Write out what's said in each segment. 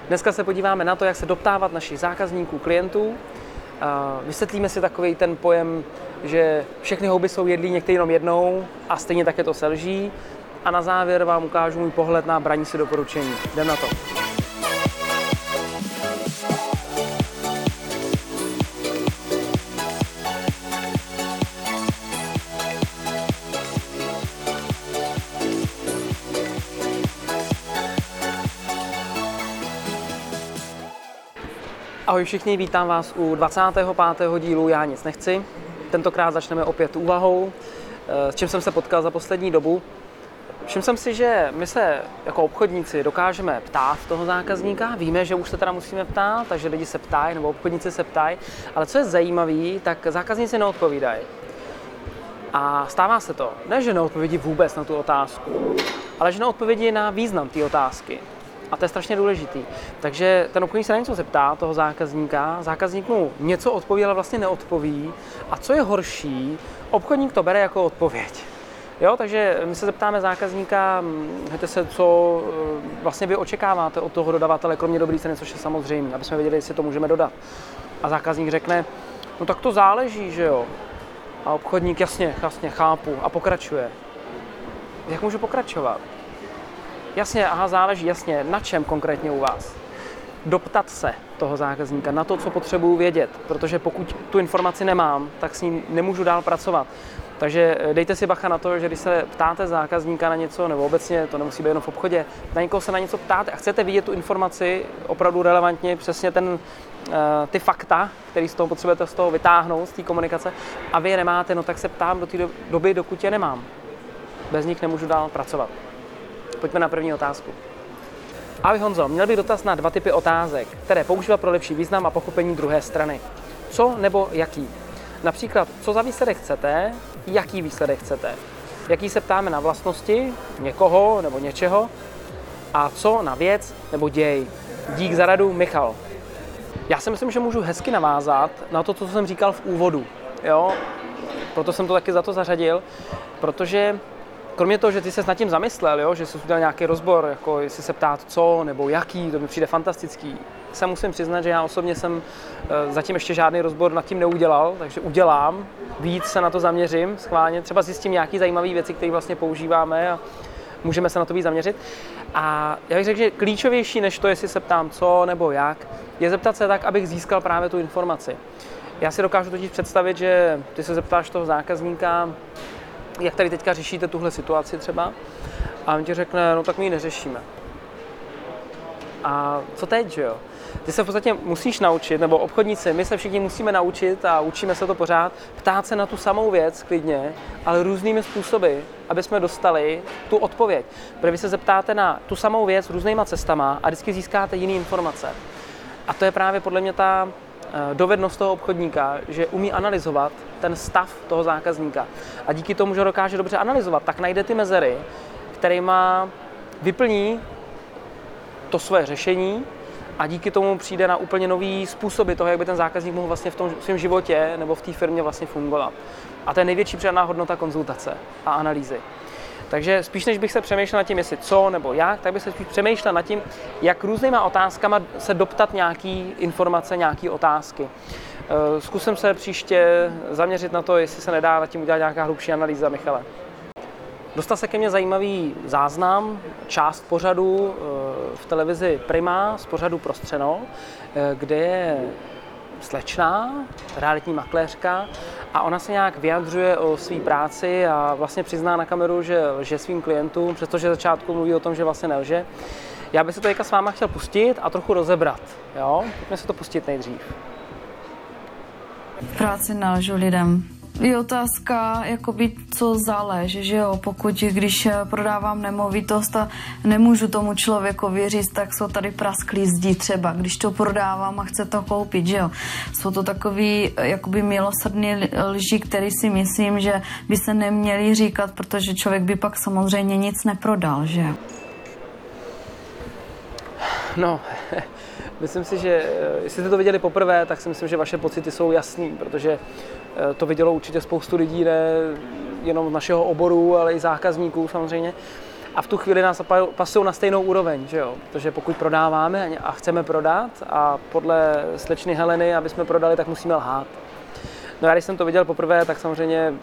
Dneska se podíváme na to, jak se doptávat našich zákazníků, klientů. Vysvětlíme si takový ten pojem, že všechny houby jsou jedlí některý jenom jednou a stejně také to selží. A na závěr vám ukážu můj pohled na braní si doporučení. Jdem na to. Ahoj všichni, vítám vás u 25. dílu Já nic nechci. Tentokrát začneme opět úvahou, s čím jsem se potkal za poslední dobu. Všiml jsem si, že my se jako obchodníci dokážeme ptát toho zákazníka, víme, že už se teda musíme ptát, takže lidi se ptají nebo obchodníci se ptají, ale co je zajímavé, tak zákazníci neodpovídají. A stává se to, ne že neodpovědí vůbec na tu otázku, ale že neodpovědí na význam té otázky. A to je strašně důležitý. Takže ten obchodník se na něco zeptá toho zákazníka, zákazník mu něco odpoví, ale vlastně neodpoví. A co je horší, obchodník to bere jako odpověď. Jo, takže my se zeptáme zákazníka, hejte se, co vlastně vy očekáváte od toho dodavatele, kromě dobrý ceny, což je samozřejmě, aby jsme věděli, jestli to můžeme dodat. A zákazník řekne, no tak to záleží, že jo. A obchodník jasně, chápu a pokračuje. Jak můžu pokračovat? Jasně, záleží, jasně, na čem konkrétně u vás? Doptat se toho zákazníka na to, co potřebuju vědět, protože pokud tu informaci nemám, tak s ním nemůžu dál pracovat. Takže dejte si bacha na to, že když se ptáte zákazníka na něco, nebo obecně, to nemusí být jenom v obchodě, na někoho se na něco ptáte a chcete vidět tu informaci opravdu relevantně, přesně ty fakta, které z toho potřebujete z toho vytáhnout, z té komunikace, a vy je nemáte, no tak se ptám do té doby, dokud je nemám. Bez nich nemůžu dál pracovat. Pojďme na první otázku. Ahoj Honzo, měl bych dotaz na 2 typy otázek, které používat pro lepší význam a pochopení druhé strany. Co nebo jaký? Například, co za výsledek chcete, jaký výsledek chcete. Jaký se ptáme na vlastnosti někoho nebo něčeho a co na věc nebo děj. Dík za radu, Michal. Já si myslím, že můžu hezky navázat na to, co jsem říkal v úvodu. Jo? Proto jsem to taky za to zařadil, protože kromě toho, že ty ses nad tím zamyslel, jo, že jsi udělal nějaký rozbor, jako jestli se ptát co nebo jaký, to mi přijde fantastický, se musím přiznat, že já osobně jsem zatím ještě žádný rozbor nad tím neudělal, takže udělám, víc se na to zaměřím schválně, třeba zjistím nějaké zajímavé věci, které vlastně používáme a můžeme se na to víc zaměřit. A já bych řekl, že klíčovější než to, jestli se ptám co nebo jak, je zeptat se tak, abych získal právě tu informaci. Já si dokážu totiž představit, že ty se zeptáš toho zákazníka, jak tady teďka řešíte tuhle situaci třeba, a on ti řekne, no tak my ji neřešíme. A co teď, že jo? Ty se v podstatě musíš naučit, nebo obchodníci, my se všichni musíme naučit a učíme se to pořád, ptát se na tu samou věc klidně, ale různými způsoby, aby jsme dostali tu odpověď. Protože vy se zeptáte na tu samou věc různýma cestama a vždycky získáte jiné informace. A to je právě podle mě ta dovednost toho obchodníka, že umí analyzovat ten stav toho zákazníka. A díky tomu, že dokáže dobře analyzovat, tak najde ty mezery, kterýma vyplní to svoje řešení a díky tomu přijde na úplně nový způsoby toho, jak by ten zákazník mohl vlastně v tom svém životě nebo v té firmě vlastně fungovat. A to je největší přidaná hodnota konzultace a analýzy. Takže spíš než bych se přemýšlel nad tím, jestli co nebo jak, tak bych se spíš přemýšlel nad tím, jak různýma otázkama se doptat nějaký informace, nějaký otázky. Zkusím se příště zaměřit na to, jestli se nedá nad tím udělat nějaká hlubší analýza, Michale. Dostal se ke mně zajímavý záznam, část pořadu v televizi Prima z pořadu Prostřeno, kde je slečna, realitní makléřka, a ona se nějak vyjadřuje o své práci a vlastně přizná na kameru, že lže svým klientům, přestože začátku mluví o tom, že vlastně nelže. Já bych se to teďka s váma chtěl pustit a trochu rozebrat. Jo? Pojďme se to pustit nejdřív. V práci nelžu lidem. Je otázka, jakoby, co záleží, že jo, pokud když prodávám nemovitost a nemůžu tomu člověkovi říct, tak jsou tady prasklý zdi třeba, když to prodávám a chce to koupit, že jo. Jsou to takový, jakoby milosrdný lži, který si myslím, že by se neměli říkat, protože člověk by pak samozřejmě nic neprodal, že jo. No, myslím si, že jestli jste to viděli poprvé, tak si myslím, že vaše pocity jsou jasný, protože to vidělo určitě spoustu lidí, ne jenom z našeho oboru, ale i zákazníků samozřejmě. A v tu chvíli nás pasují na stejnou úroveň, že jo? Protože pokud prodáváme a chceme prodat a podle slečny Heleny, aby jsme prodali, tak musíme lhát. No já když jsem to viděl poprvé, tak samozřejmě,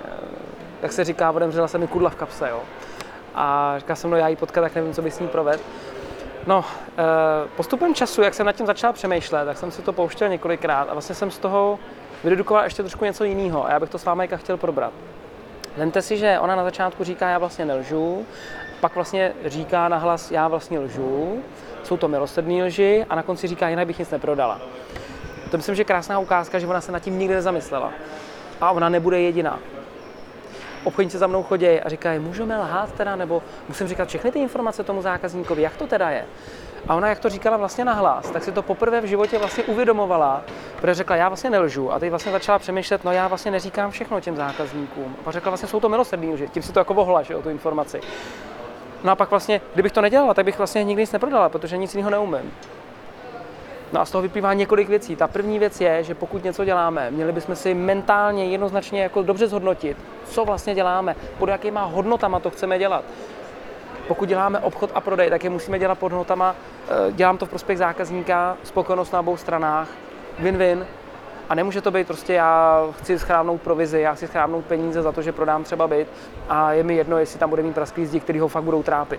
jak se říká, odemřela se mi kudla v kapse, jo? A říkal jsem, no já jí potkat, tak nevím, co bych s ní provedl. No, postupem času, jak jsem nad tím začal přemýšlet, tak jsem si to pouštěl několikrát a vlastně jsem z toho vydedukoval ještě trošku něco jiného a já bych to s vámi chtěl probrat. Vemte si, že ona na začátku říká, já vlastně nelžu, pak vlastně říká nahlas, já vlastně lžu, jsou to milosrdné lži a na konci říká, jinak bych nic neprodala. To myslím, že je krásná ukázka, že ona se nad tím nikdy nezamyslela a ona nebude jediná. Obchodníci za mnou chodí a říkají, můžeme lhát teda, nebo musím říkat všechny ty informace tomu zákazníkovi, jak to teda je. A ona, jak to říkala vlastně nahlas, tak si to poprvé v životě vlastně uvědomovala, protože řekla, já vlastně nelžu. A teď vlastně začala přemýšlet, no já vlastně neříkám všechno těm zákazníkům. A řekla, vlastně jsou to milosrdný lži, tím si to jako vohla, že o tu informaci. No a pak vlastně, kdybych to nedělala, tak bych vlastně nikdy nic neprodala, protože nic jiného neumím. No a z toho vyplývá několik věcí. Ta první věc je, že pokud něco děláme, měli bychom si mentálně jednoznačně jako dobře zhodnotit, co vlastně děláme, pod jakýma hodnotama to chceme dělat. Pokud děláme obchod a prodej, tak je musíme dělat pod hodnotama, dělám to v prospěch zákazníka, spokojenost na obou stranách, win-win. A nemůže to být prostě já chci schrábnout provizi, já chci schrábnout peníze za to, že prodám třeba byt a je mi jedno, jestli tam bude mít prasklý zdi, který ho fakt budou trápit.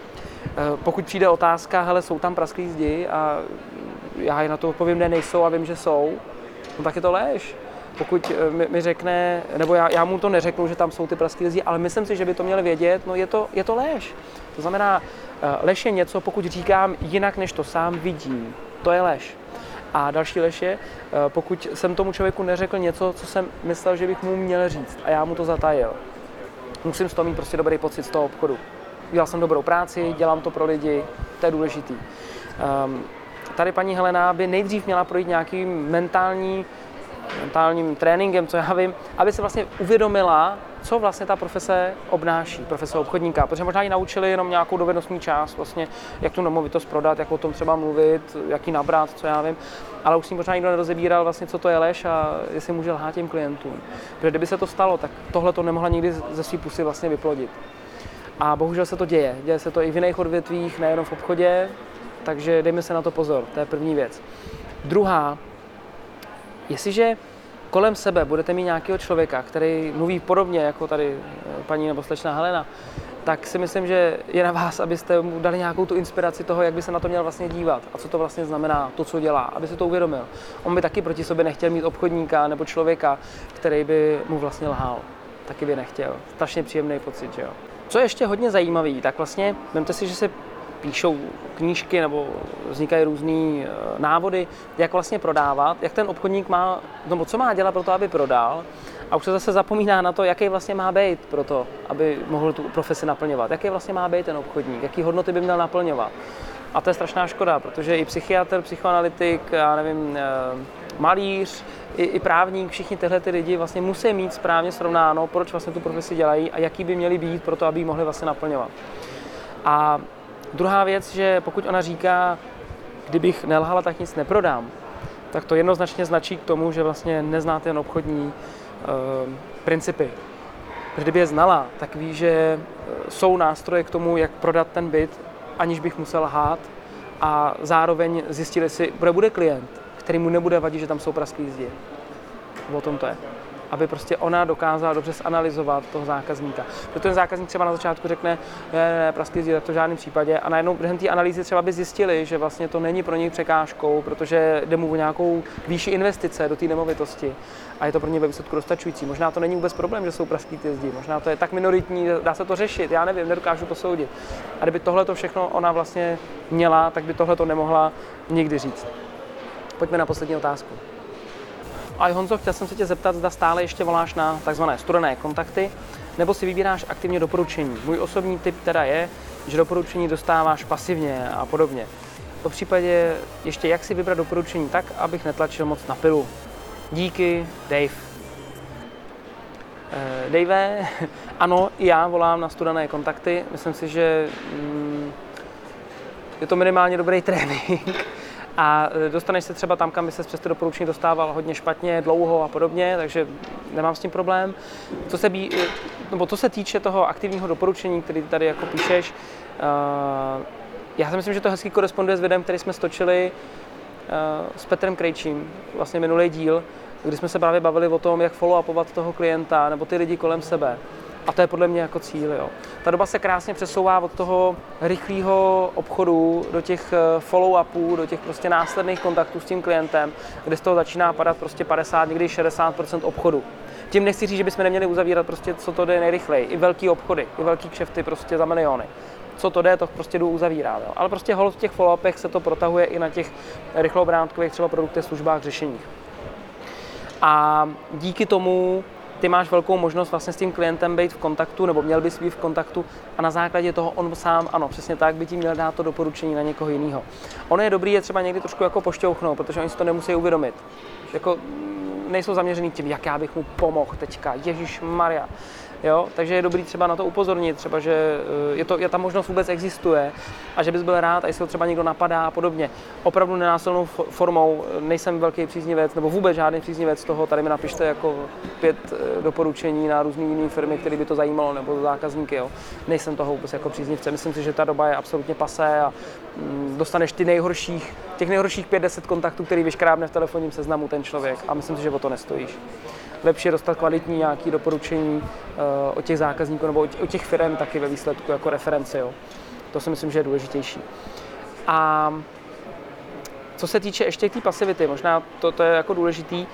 Pokud přijde otázka, hele, jsou tam prasklý zdi a já je na to odpovím, ne, nejsou a vím, že jsou, no tak je to lež. Pokud mi řekne, nebo já mu to neřeknu, že tam jsou ty prasklý zdi, ale myslím si, že by to měli vědět, no je to lež. To znamená, lež je něco, pokud říkám jinak, než to sám vidím, to je lež. A další lež je, pokud jsem tomu člověku neřekl něco, co jsem myslel, že bych mu měl říct a já mu to zatajil. Musím z toho mít prostě dobrý pocit z toho obchodu. Dělal jsem dobrou práci, dělám to pro lidi, to je důležitý. Tady paní Helena by nejdřív měla projít nějakým mentálním tréninkem, co já vím, aby se vlastně uvědomila, co vlastně ta profese obnáší, profese obchodníka, protože možná ji naučili jenom nějakou dovednostní část, vlastně, jak tu nemovitost prodat, jak o tom třeba mluvit, jak ji nabrat, co já vím, ale už si možná nikdo nerozebíral vlastně, co to je lež a jestli může lhát těm klientům. Protože kdyby se to stalo, tak tohle to nemohla nikdy ze svý pusy vlastně vyplodit. A bohužel se to děje. Děje se to i v jiných odvětvích, nejenom v obchodě, takže dejme se na to pozor, to je první věc. Druhá, jestliže kolem sebe budete mít nějakého člověka, který mluví podobně jako tady paní nebo slečna Helena, tak si myslím, že je na vás, abyste mu dali nějakou tu inspiraci toho, jak by se na to měl vlastně dívat a co to vlastně znamená, to, co dělá, aby si to uvědomil. On by taky proti sobě nechtěl mít obchodníka nebo člověka, který by mu vlastně lhal. Taky by nechtěl. Strašně příjemný pocit, že jo. Co je ještě hodně zajímavý, tak vlastně, vemte si, že se píšou knížky nebo vznikají různý návody, jak vlastně prodávat, jak ten obchodník má, nebo co má dělat pro to, aby prodal. A už se zase zapomíná na to, jaký vlastně má být pro to, aby mohl tu profesi naplňovat. Jaký vlastně má být ten obchodník, jaký hodnoty by měl naplňovat. A to je strašná škoda, protože i psychiatr, psychoanalytik, já nevím, malíř, i právník, všichni tyhle ty lidi vlastně musí mít správně srovnáno, proč vlastně tu profesi dělají a jaký by měli být pro to, aby ji mohli vlastně naplňovat. A druhá věc, že pokud ona říká, kdybych nelhala, tak nic neprodám, tak to jednoznačně značí k tomu, že vlastně nezná ten obchodní principy. Protože kdyby je znala, tak ví, že jsou nástroje k tomu, jak prodat ten byt, aniž bych musel lhát a zároveň zjistili si, kde bude klient, který mu nebude vadit, že tam jsou prasklý zdi. O tom to je. Aby prostě ona dokázala dobře zanalyzovat toho zákazníka. Protože ten zákazník třeba na začátku řekne, ne, prasklý zdi, tak to v žádném případě. A najednou během té analýzy třeba by zjistili, že vlastně to není pro něj překážkou, protože jde mu o nějakou výši investice do té nemovitosti. A je to pro ně ve výsledku dostačující. Možná to není vůbec problém, že jsou prasklý ty zdi. Možná to je tak minoritní, dá se to řešit, já nevím, nedokážu posoudit. A kdyby tohle to všechno ona vlastně měla, tak by tohle to nemohla nikdy říct. Pojďme na poslední otázku. A Honzo, chtěl jsem se tě zeptat, zda stále ještě voláš na takzvané studené kontakty, nebo si vybíráš aktivně doporučení. Můj osobní tip teda je, že doporučení dostáváš pasivně a podobně. Po případě ještě jak si vybrat doporučení tak, abych netlačil moc na pilu. Díky, Dave. Dave, ano, i já volám na studené kontakty. Myslím si, že je to minimálně dobrý trénink. a dostaneš se třeba tam, kam by se přes to doporučení dostával hodně špatně, dlouho a podobně, takže nemám s tím problém. Co se týče toho aktivního doporučení, který tady jako píšeš, já si myslím, že to hezky koresponduje s videem, který jsme stočili s Petrem Krejčím, vlastně minulý díl, kdy jsme se právě bavili o tom, jak follow-upovat toho klienta nebo ty lidi kolem sebe. A to je podle mě jako cíl. Jo. Ta doba se krásně přesouvá od toho rychlého obchodu do těch follow-upů, do těch prostě následných kontaktů s tím klientem, kde z toho začíná padat prostě 50, někdy 60% obchodu. Tím nechci říct, že bychom neměli uzavírat prostě, co to jde nejrychleji. I velký obchody, i velký kšefty prostě za miliony. Co to jde, to prostě jdu uzavírat. Jo. Ale prostě holt v těch follow-upech se to protahuje i na těch rychloobrátkových třeba produktech, službách, řešeních. A díky tomu ty máš velkou možnost vlastně s tím klientem být v kontaktu, nebo měl bys být v kontaktu a na základě toho on sám, ano, přesně tak, by ti měl dát to doporučení na někoho jiného. Ono je dobrý je třeba někdy trošku jako pošťouchnout, protože oni si to nemusí uvědomit. Jako nejsou zaměřený tím, jak já bych mu pomohl teďka, ježišmarja. Jo? Takže je dobrý třeba na to upozornit, třeba, že ta možnost vůbec existuje a že bys byl rád, a jestli ho třeba někdo napadá a podobně. Opravdu nenásilnou formou, nejsem velký příznivec, nebo vůbec žádný příznivec toho, tady mi napište jako 5 doporučení na různé jiné firmy, které by to zajímalo, nebo zákazníky. Jo? Nejsem toho vůbec jako příznivce, myslím si, že ta doba je absolutně pasé a dostaneš těch nejhorších 5-10 kontaktů, který vyškrábne v telefonním seznamu ten člověk a myslím si, že o to nestojíš. Lepší je dostat kvalitní nějaké doporučení od těch zákazníků nebo od těch firm taky ve výsledku jako reference. Jo. To si myslím, že je důležitější. A co se týče ještě té pasivity, možná to je jako důležitý,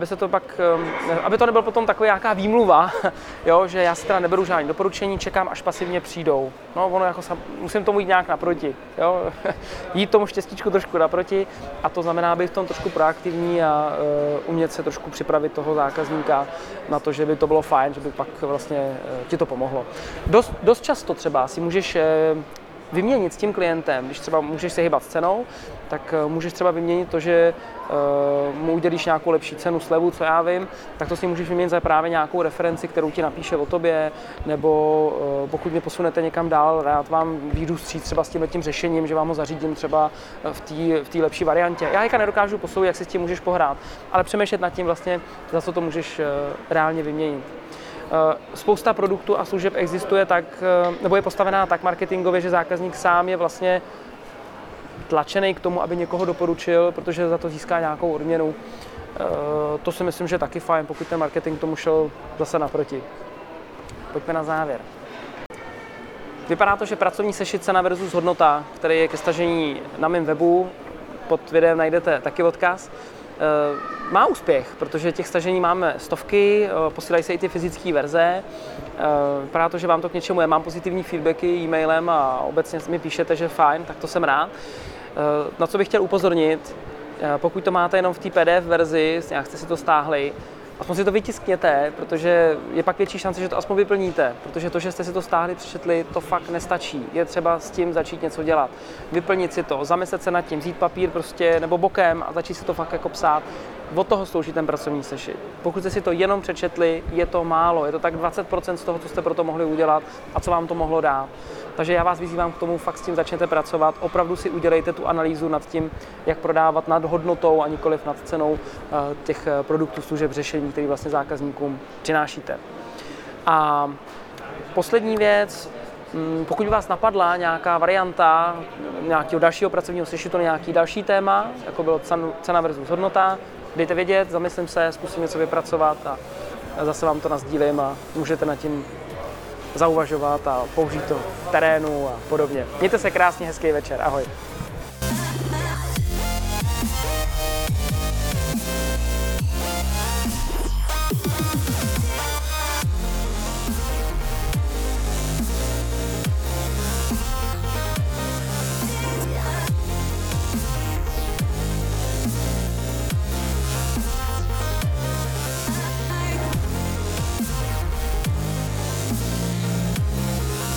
aby to nebyl potom taková nějaká výmluva, jo, že já si teda neberu žádný doporučení, čekám, až pasivně přijdou. No, ono jako musím tomu jít nějak naproti, jo, jít tomu štěstíčku trošku naproti a to znamená být v tom trošku proaktivní a umět se trošku připravit toho zákazníka na to, že by to bylo fajn, že by pak vlastně ti to pomohlo. Dost často třeba si můžeš vyměnit s tím klientem, když třeba můžeš se hýbat s cenou, tak můžeš třeba vyměnit to, že mu udělíš nějakou lepší cenu, slevu, co já vím, tak to si můžeš vyměnit za právě nějakou referenci, kterou ti napíše o tobě, nebo pokud mě posunete někam dál, rád vám vyjdu vstříc třeba s tímhletím řešením, že vám ho zařídím třeba v té lepší variantě. Já nedokážu posoudit, jak si s tím můžeš pohrát, ale přemýšlet nad tím vlastně, za co to můžeš reálně vyměnit. Spousta produktů a služeb existuje tak, nebo je postavená tak marketingově, že zákazník sám je vlastně tlačený k tomu, aby někoho doporučil, protože za to získá nějakou odměnu. To si myslím, že je taky fajn, pokud ten marketing tomu šel zase naproti. Pojďme na závěr. Vypadá to, že pracovní sešit cena versus hodnota, který je ke stažení na mém webu, pod videem najdete taky odkaz, má úspěch, protože těch stažení máme stovky, posílají se i ty fyzické verze. Vypadá to, že vám to k něčemu je. Mám pozitivní feedbacky e-mailem a obecně mi píšete, že fajn, tak to jsem rád. Na co bych chtěl upozornit, pokud to máte jenom v té PDF verzi, nějak jste si to stáhli, aspoň si to vytiskněte, protože je pak větší šance, že to aspoň vyplníte, protože to, že jste si to stáhli, přečetli, to fakt nestačí. Je třeba s tím začít něco dělat. Vyplnit si to, zamyslet se nad tím, vzít papír prostě nebo bokem a začít si to fakt jako psát. Od toho slouží ten pracovní sešit. Pokud jste si to jenom přečetli, je to málo, je to tak 20% z toho, co jste pro to mohli udělat a co vám to mohlo dát. Takže já vás vyzývám k tomu, fakt s tím začněte pracovat. Opravdu si udělejte tu analýzu nad tím, jak prodávat nad hodnotou a nikoliv nad cenou těch produktů, služeb, řešení, které vlastně zákazníkům přinášíte. A poslední věc, pokud by vás napadla nějaká varianta nějakého dalšího pracovního sešitu na nějaký další téma, jako bylo cena versus hodnota, dejte vědět, zamyslím se, zkusím něco vypracovat a zase vám to nasdílím a můžete nad tím zauvažovat a použít to v terénu a podobně. Mějte se krásně, hezký večer, ahoj.